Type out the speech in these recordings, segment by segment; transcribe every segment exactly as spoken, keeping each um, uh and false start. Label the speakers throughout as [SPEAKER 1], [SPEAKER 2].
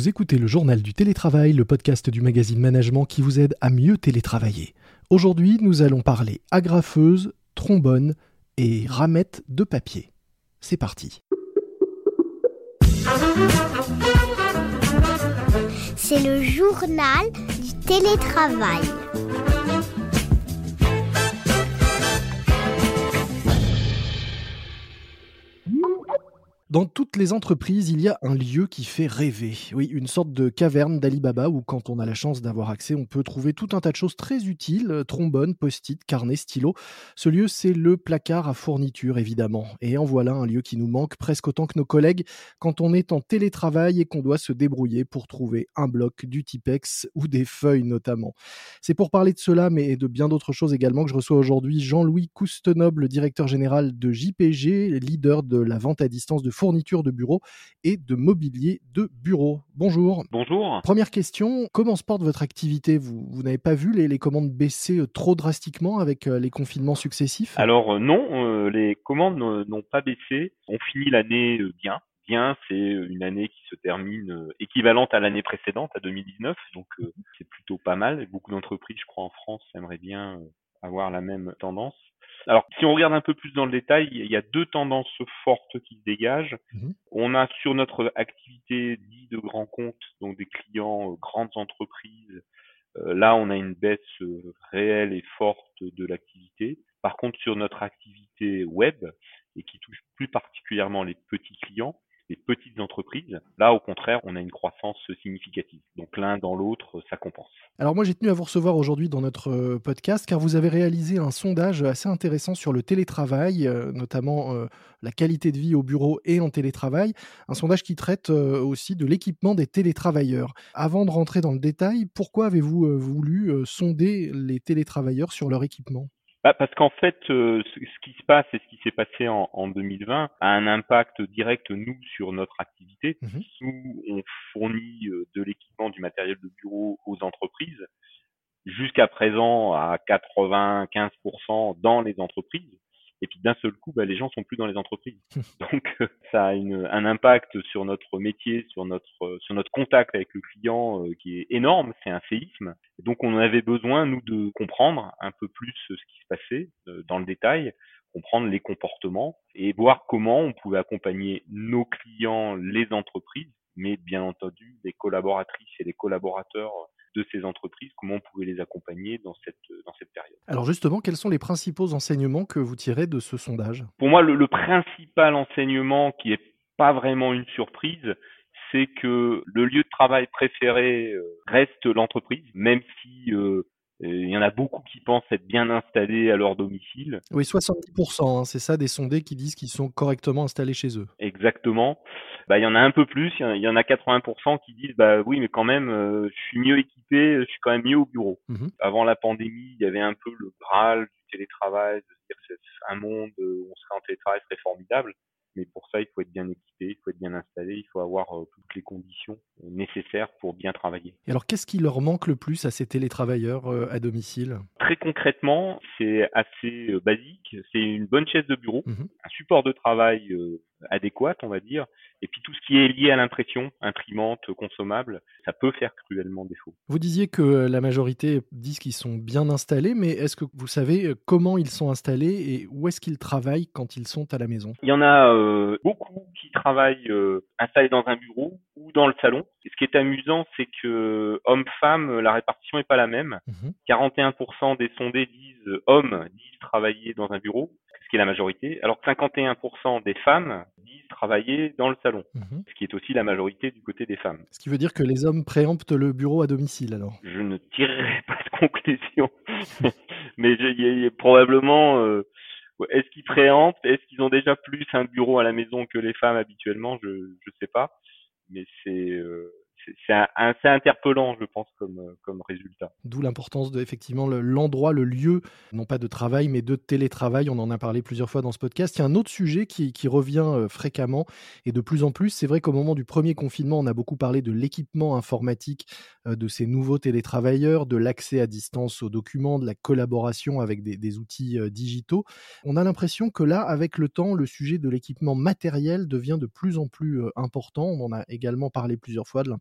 [SPEAKER 1] Vous écoutez le journal du télétravail, le podcast du magazine Management qui vous aide à mieux télétravailler. Aujourd'hui, nous allons parler agrafeuse, trombone et ramettes de papier. C'est parti.
[SPEAKER 2] C'est le journal du télétravail.
[SPEAKER 1] Dans toutes les entreprises, il y a un lieu qui fait rêver. Oui, une sorte de caverne d'Ali Baba où, quand on a la chance d'avoir accès, on peut trouver tout un tas de choses très utiles, euh, trombone, post-it, carnet, stylo. Ce lieu, c'est le placard à fourniture, évidemment. Et en voilà un lieu qui nous manque presque autant que nos collègues quand on est en télétravail et qu'on doit se débrouiller pour trouver un bloc, du Tipex ou des feuilles notamment. C'est pour parler de cela, mais de bien d'autres choses également, que je reçois aujourd'hui Jean-Louis Coustenoble, directeur général de J P G, leader de la vente à distance de fourniture de bureau et de mobilier de bureau. Bonjour.
[SPEAKER 3] Bonjour.
[SPEAKER 1] Première question, comment se porte votre activité ? Vous, vous n'avez pas vu les, les commandes baisser euh, trop drastiquement avec euh, les confinements successifs ?
[SPEAKER 3] Alors euh, non, euh, les commandes euh, n'ont pas baissé. On finit l'année euh, bien. Bien, c'est une année qui se termine euh, équivalente à l'année précédente, à deux mille dix-neuf. Donc euh, c'est plutôt pas mal. Beaucoup d'entreprises, je crois, en France, aimeraient bien euh, avoir la même tendance. Alors, si on regarde un peu plus dans le détail, il y a deux tendances fortes qui se dégagent.
[SPEAKER 1] Mmh.
[SPEAKER 3] On a sur notre activité dite de grands comptes, donc des clients, euh, grandes entreprises. Euh, là, on a une baisse euh, réelle et forte de l'activité. Par contre, sur notre activité web, et qui touche plus particulièrement les petits clients, les petites entreprises, là, au contraire, on a une croissance significative. Donc l'un dans l'autre, ça compense.
[SPEAKER 1] Alors moi, j'ai tenu à vous recevoir aujourd'hui dans notre euh, podcast car vous avez réalisé un sondage assez intéressant sur le télétravail, euh, notamment euh, la qualité de vie au bureau et en télétravail. Un sondage qui traite euh, aussi de l'équipement des télétravailleurs. Avant de rentrer dans le détail, pourquoi avez-vous euh, voulu euh, sonder les télétravailleurs sur leur équipement ?
[SPEAKER 3] Bah, parce qu'en fait, euh, ce, ce qui se passe et ce qui s'est passé en, en deux mille vingt a un impact direct, nous, sur notre activité.
[SPEAKER 1] Mmh.
[SPEAKER 3] Nous, on fournit euh, de l'équipement, du matériel de bureau aux entreprises, jusqu'à présent à quatre-vingt-quinze pour cent dans les entreprises. Et puis d'un seul coup, bah, les gens sont plus dans les entreprises. Donc euh, ça a une, un impact sur notre métier, sur notre euh, sur notre contact avec le client euh, qui est énorme. C'est un séisme. Et donc on avait besoin, nous, de comprendre un peu plus ce qui se passait euh, dans le détail, comprendre les comportements et voir comment on pouvait accompagner nos clients, les entreprises, mais bien entendu les collaboratrices et les collaborateurs de ces entreprises, comment on pouvait les accompagner dans cette dans cette période.
[SPEAKER 1] Alors justement, quels sont les principaux enseignements que vous tirez de ce sondage ?
[SPEAKER 3] Pour moi, le, le principal enseignement qui est pas vraiment une surprise, c'est que le lieu de travail préféré euh, reste l'entreprise, même si euh, il y en a beaucoup qui pensent être bien installés à leur domicile.
[SPEAKER 1] Oui, soixante-dix pour cent, hein, c'est ça, des sondés qui disent qu'ils sont correctement installés chez eux.
[SPEAKER 3] Exactement. Bah, il y en a un peu plus, il y en a, il y en a quatre-vingts pour cent qui disent bah oui, mais quand même, euh, je suis mieux équipé, je suis quand même mieux au bureau.
[SPEAKER 1] Mmh.
[SPEAKER 3] Avant la pandémie, il y avait un peu le Graal du télétravail, de se dire que c'est un monde où on serait en télétravail serait formidable. Mais pour ça, il faut être bien équipé, il faut être bien installé, il faut avoir euh, toutes les conditions euh, nécessaires pour bien travailler.
[SPEAKER 1] Et alors, qu'est-ce qui leur manque le plus à ces télétravailleurs euh, à domicile ?
[SPEAKER 3] Très concrètement, c'est assez euh, basique. C'est une bonne chaise de bureau,
[SPEAKER 1] Mmh.
[SPEAKER 3] un support de travail euh, adéquat, on va dire, et puis tout ce qui est lié à l'impression, imprimante, consommable, ça peut faire cruellement défaut.
[SPEAKER 1] Vous disiez que la majorité disent qu'ils sont bien installés, mais est-ce que vous savez euh, comment ils sont installés et où est-ce qu'ils travaillent quand ils sont à la maison ?
[SPEAKER 3] Il y en a euh, beaucoup qui travaillent euh, installés dans un bureau ou dans le salon. Et ce qui est amusant, c'est que hommes-femmes, la répartition n'est pas la même.
[SPEAKER 1] Mmh.
[SPEAKER 3] quarante et un pour cent des sondés disent euh, hommes disent travailler dans un bureau, ce qui est la majorité, alors que cinquante et un pour cent des femmes disent travailler dans le salon,
[SPEAKER 1] Mmh.
[SPEAKER 3] ce qui est aussi la majorité du côté des femmes.
[SPEAKER 1] Ce qui veut dire que les hommes préemptent le bureau à domicile, alors ?
[SPEAKER 3] Je ne tirerai pas de conclusion, mais je- il y a, il y a probablement... euh, est-ce qu'ils préemptent? Est-ce qu'ils ont déjà plus un bureau à la maison que les femmes habituellement? Je je sais pas, mais c'est euh, c'est c'est un- assez interpellant, je pense, comme euh, comme résultat.
[SPEAKER 1] D'où l'importance de, effectivement, le- l'endroit, le lieu, non pas de travail, mais de télétravail. On en a parlé plusieurs fois dans ce podcast. Il y a un autre sujet qui, qui revient euh, fréquemment et de plus en plus. C'est vrai qu'au moment du premier confinement, on a beaucoup parlé de l'équipement informatique euh, de ces nouveaux télétravailleurs, de l'accès à distance aux documents, de la collaboration avec des, des outils euh, digitaux. On a l'impression que là, avec le temps, le sujet de l'équipement matériel devient de plus en plus euh, important. On en a également parlé plusieurs fois de l'importance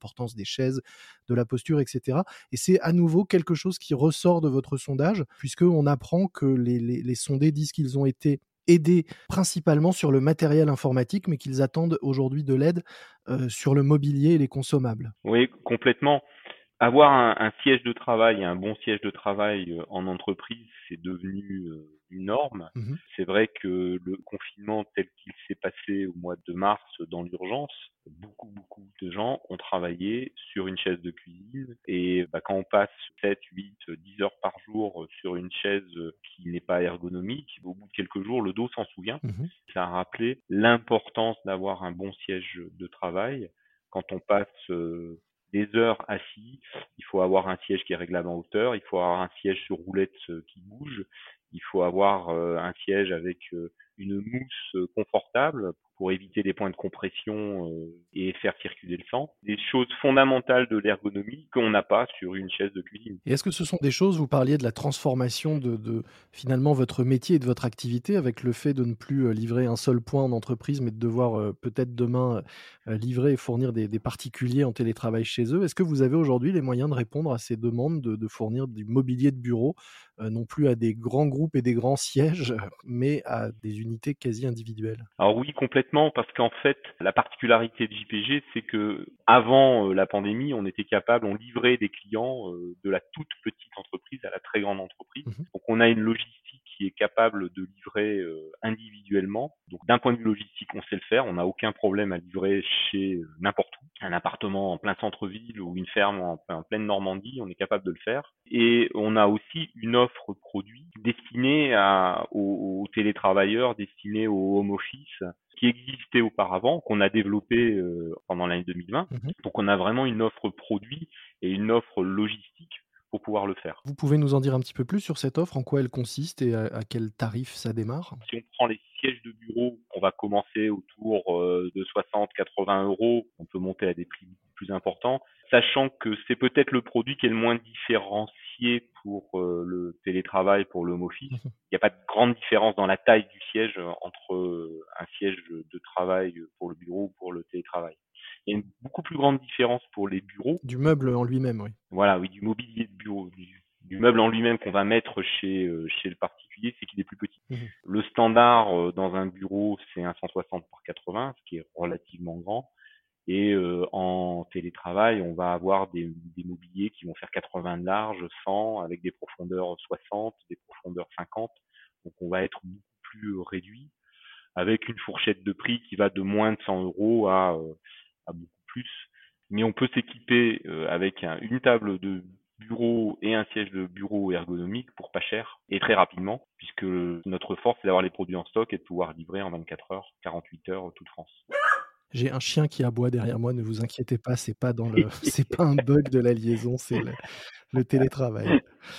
[SPEAKER 1] l'importance des chaises, de la posture, et cetera. Et c'est à nouveau quelque chose qui ressort de votre sondage, puisqu'on apprend que les les les sondés disent qu'ils ont été aidés principalement sur le matériel informatique, mais qu'ils attendent aujourd'hui de l'aide, heu, sur le mobilier et les consommables.
[SPEAKER 3] Oui, complètement. Avoir un, un siège de travail, un bon siège de travail euh, en entreprise, c'est devenu euh, une norme.
[SPEAKER 1] Mmh mh.
[SPEAKER 3] C'est vrai que le confinement tel qu'il s'est passé au mois de mars dans l'urgence, beaucoup, beaucoup de gens ont travaillé sur une chaise de cuisine. Et bah, quand on passe sept, huit, dix heures par jour sur une chaise qui n'est pas ergonomique, au bout de quelques jours, le dos s'en souvient.
[SPEAKER 1] Mmh mh.
[SPEAKER 3] Ça a rappelé l'importance d'avoir un bon siège de travail. Quand on passe euh, des heures assis, il faut avoir un siège qui est réglable en hauteur, il faut avoir un siège sur roulette euh, qui bouge, il faut avoir euh, un siège avec euh, une mousse euh, confortable pour éviter les points de compression euh, et faire circuler le sang. Des choses fondamentales de l'ergonomie qu'on n'a pas sur une chaise de cuisine.
[SPEAKER 1] Et est-ce que ce sont des choses, vous parliez de la transformation de de finalement votre métier et de votre activité avec le fait de ne plus, heu, livrer un seul point en entreprise, mais de devoir, heu, peut-être demain, heu, livrer et fournir des des particuliers en télétravail chez eux. Est-ce que vous avez aujourd'hui les moyens de répondre à ces demandes de de fournir du mobilier de bureau, heu, non plus à des grands groupes et des grands sièges, mais à des unités quasi individuelles?
[SPEAKER 3] Alors oui, complètement, parce qu'en fait, la particularité de J P G, c'est que avant euh, la pandémie, on était capable, on livrait des clients euh, de la toute petite entreprise à la très grande entreprise.
[SPEAKER 1] Mmh mh.
[SPEAKER 3] Donc on a une logistique qui est capable de livrer euh, individuellement. Donc d'un point de vue logistique, on sait le faire. On n'a aucun problème à livrer chez euh, n'importe où. Un appartement en plein centre-ville ou une ferme en, en pleine Normandie, on est capable de le faire. Et on a aussi une offre produit destinée à, aux, aux télétravailleurs, destinée au home office, qui existait auparavant, qu'on a développé euh, pendant l'année deux mille vingt.
[SPEAKER 1] Mmh mh.
[SPEAKER 3] Donc on a vraiment une offre produit et une offre logistique pour pouvoir le faire.
[SPEAKER 1] Vous pouvez nous en dire un petit peu plus sur cette offre, en quoi elle consiste et à à quel tarif ça démarre?
[SPEAKER 3] Si on prend les sièges de bureau, on va commencer autour euh, de soixante à quatre-vingts euros. On peut monter à des prix plus importants, sachant que c'est peut-être le produit qui est le moins différencié pour euh, le télétravail, pour le home office.
[SPEAKER 1] Mmh mh.
[SPEAKER 3] Il n'y a pas de grande différence dans la taille du siège euh, entre euh, un siège de travail pour le bureau ou pour le télétravail. Il y a une beaucoup plus grande différence pour les bureaux.
[SPEAKER 1] Du meuble en lui-même, oui.
[SPEAKER 3] Voilà, oui, du mobilier de bureau, du, du meuble en lui-même qu'on va mettre chez, euh, chez le particulier, c'est qu'il est plus petit.
[SPEAKER 1] Mmh mh.
[SPEAKER 3] Le standard euh, dans un bureau, c'est un cent soixante par quatre-vingts, ce qui est relativement grand. Et euh, en télétravail, on va avoir des, des mobiliers qui vont faire quatre-vingts de large, cent, avec des profondeurs soixante, des profondeurs cinquante. Donc on va être beaucoup plus euh, réduit, avec une fourchette de prix qui va de moins de cent euros à, euh, à beaucoup plus. Mais on peut s'équiper euh, avec un- une table de bureau et un siège de bureau ergonomique pour pas cher et très rapidement, puisque notre force, c'est d'avoir les produits en stock et de pouvoir livrer en vingt-quatre heures, quarante-huit heures, toute France.
[SPEAKER 1] J'ai un chien qui aboie derrière moi, ne vous inquiétez pas, c'est pas dans le c'est pas un bug de la liaison, c'est le le télétravail.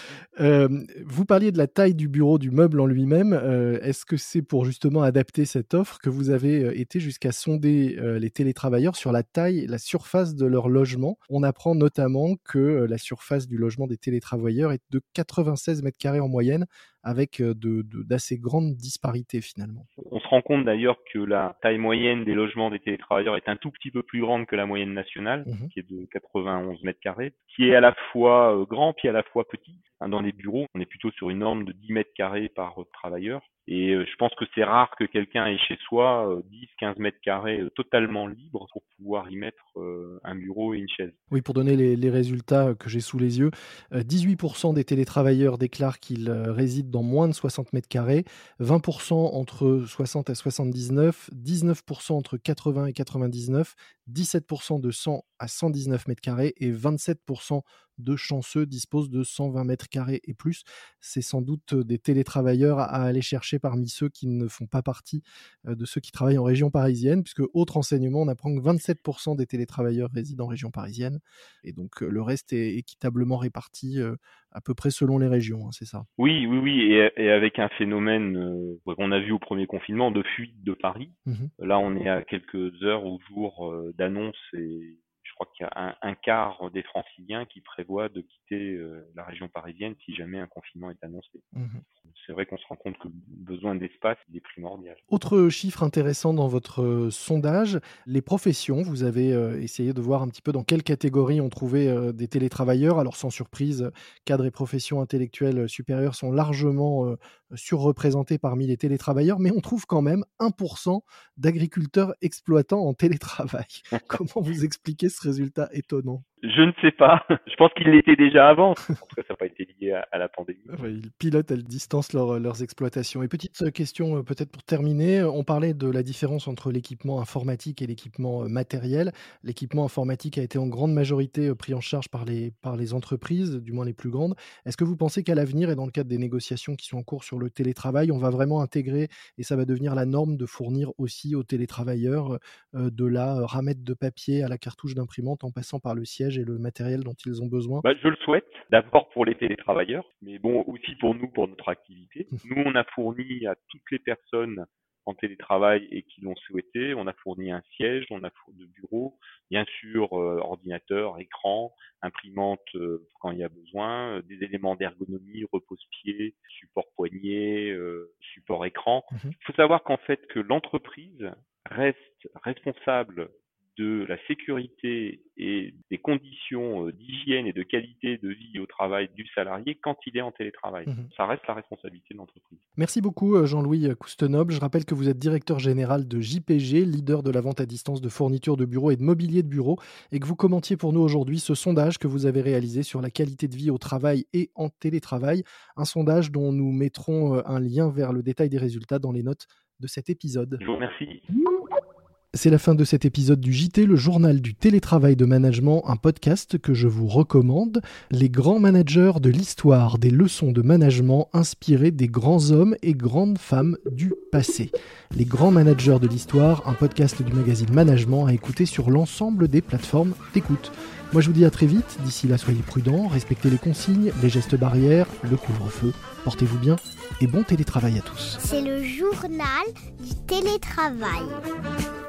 [SPEAKER 1] Hem, vous parliez de la taille du bureau, du meuble en lui-même, heu, est-ce que c'est pour justement adapter cette offre que vous avez, heu, été jusqu'à sonder, heu, les télétravailleurs sur la taille, la surface de leur logement? On apprend notamment que, heu, la surface du logement des télétravailleurs est de quatre-vingt-seize mètres carrés en moyenne avec, heu, de de d'assez grandes disparités finalement.
[SPEAKER 3] On se rend compte d'ailleurs que la taille moyenne des logements des télétravailleurs est un tout petit peu plus grande que la moyenne nationale,
[SPEAKER 1] Mmh mh.
[SPEAKER 3] qui est de quatre-vingt-onze mètres carrés, qui est à la fois euh, grand puis à la fois petit. Hein, dans les bureaux, on est plutôt sur une norme de dix mètres carrés par euh, travailleur. Et euh, je pense que c'est rare que quelqu'un ait chez soi euh, dix à quinze mètres carrés euh, totalement libres pour pouvoir y mettre euh, un bureau et une chaise.
[SPEAKER 1] Oui, pour donner les les résultats que j'ai sous les yeux, heu, dix-huit des télétravailleurs déclarent qu'ils, heu, résident dans moins de soixante mètres carrés, vingt entre soixante à soixante-dix-neuf, dix-neuf entre quatre-vingts et quatre-vingt-dix-neuf, dix-sept de cent à cent dix-neuf mètres carrés et vingt-sept de chanceux disposent de cent vingt mètres carrés et plus. C'est sans doute, des télétravailleurs à à aller chercher parmi ceux qui ne font pas partie, heu, de ceux qui travaillent en région parisienne, puisque autre enseignement, on apprend que vingt-sept des télétravailleurs résident en région parisienne et donc, heu, le reste est équitablement réparti, heu, à peu près selon les régions, hein, c'est ça?
[SPEAKER 3] Oui, oui, oui, et, et avec un phénomène euh, qu'on a vu au premier confinement de fuite de Paris.
[SPEAKER 1] Mmh mh.
[SPEAKER 3] Là, on est à quelques heures ou jours euh, d'annonce et je crois qu'il y a un, un quart des Franciliens qui prévoient de quitter euh, la région parisienne si jamais un confinement est annoncé. Mmh. C'est vrai qu'on se rend compte que le besoin d'espace il est primordial.
[SPEAKER 1] Autre chiffre intéressant dans votre euh, sondage, les professions. Vous avez euh, essayé de voir un petit peu dans quelle catégorie on trouvait euh, des télétravailleurs. Alors sans surprise, cadres et professions intellectuelles supérieures sont largement euh, surreprésentés parmi les télétravailleurs, mais on trouve quand même un pour cent d'agriculteurs exploitants en télétravail. Comment vous expliquez ce résultat étonnant ?
[SPEAKER 3] Je ne sais pas. Je pense qu'ils l'étaient déjà avant. En tout cas, ça n'a pas été lié à, à la pandémie.
[SPEAKER 1] Oui, ils pilotent à distance leur, leurs exploitations. Et petite question, euh, peut-être pour terminer, on parlait de la différence entre l'équipement informatique et l'équipement euh, matériel. L'équipement informatique a été en grande majorité euh, pris en charge par les, par les entreprises, du moins les plus grandes. Est-ce que vous pensez qu'à l'avenir, et dans le cadre des négociations qui sont en cours sur le télétravail, on va vraiment intégrer, et ça va devenir la norme, de fournir aussi aux télétravailleurs euh, de la ramette de papier à la cartouche d'imprimante en passant par le siège et le matériel dont ils ont besoin?
[SPEAKER 3] Bah, je le souhaite, d'abord pour les télétravailleurs, mais bon, aussi pour nous, pour notre activité. Nous, on a fourni à toutes les personnes en télétravail et qui l'ont souhaité, on a fourni un siège, on a fourni de bureau, bien sûr, euh, ordinateur, écran, imprimante euh, quand il y a besoin, euh, des éléments d'ergonomie, repose-pied, support poignet, euh, support écran. Il mmh. faut savoir qu'en fait, que l'entreprise reste responsable de la sécurité et des conditions d'hygiène et de qualité de vie au travail du salarié quand il est en télétravail. Mmh. Ça reste la responsabilité de l'entreprise.
[SPEAKER 1] Merci beaucoup Jean-Louis Coustenoble. Je rappelle que vous êtes directeur général de J P G, leader de la vente à distance de fournitures de bureaux et de mobilier de bureau, et que vous commentiez pour nous aujourd'hui ce sondage que vous avez réalisé sur la qualité de vie au travail et en télétravail. Un sondage dont nous mettrons un lien vers le détail des résultats dans les notes de cet épisode.
[SPEAKER 3] Je vous remercie.
[SPEAKER 1] C'est la fin de cet épisode du J T, le journal du télétravail de management, un podcast que je vous recommande. Les grands managers de l'histoire, des leçons de management inspirées des grands hommes et grandes femmes du passé. Les grands managers de l'histoire, un podcast du magazine Management à écouter sur l'ensemble des plateformes d'écoute. Moi je vous dis à très vite, d'ici là soyez prudents, respectez les consignes, les gestes barrières, le couvre-feu, portez-vous bien et bon télétravail à tous.
[SPEAKER 2] C'est le journal du télétravail.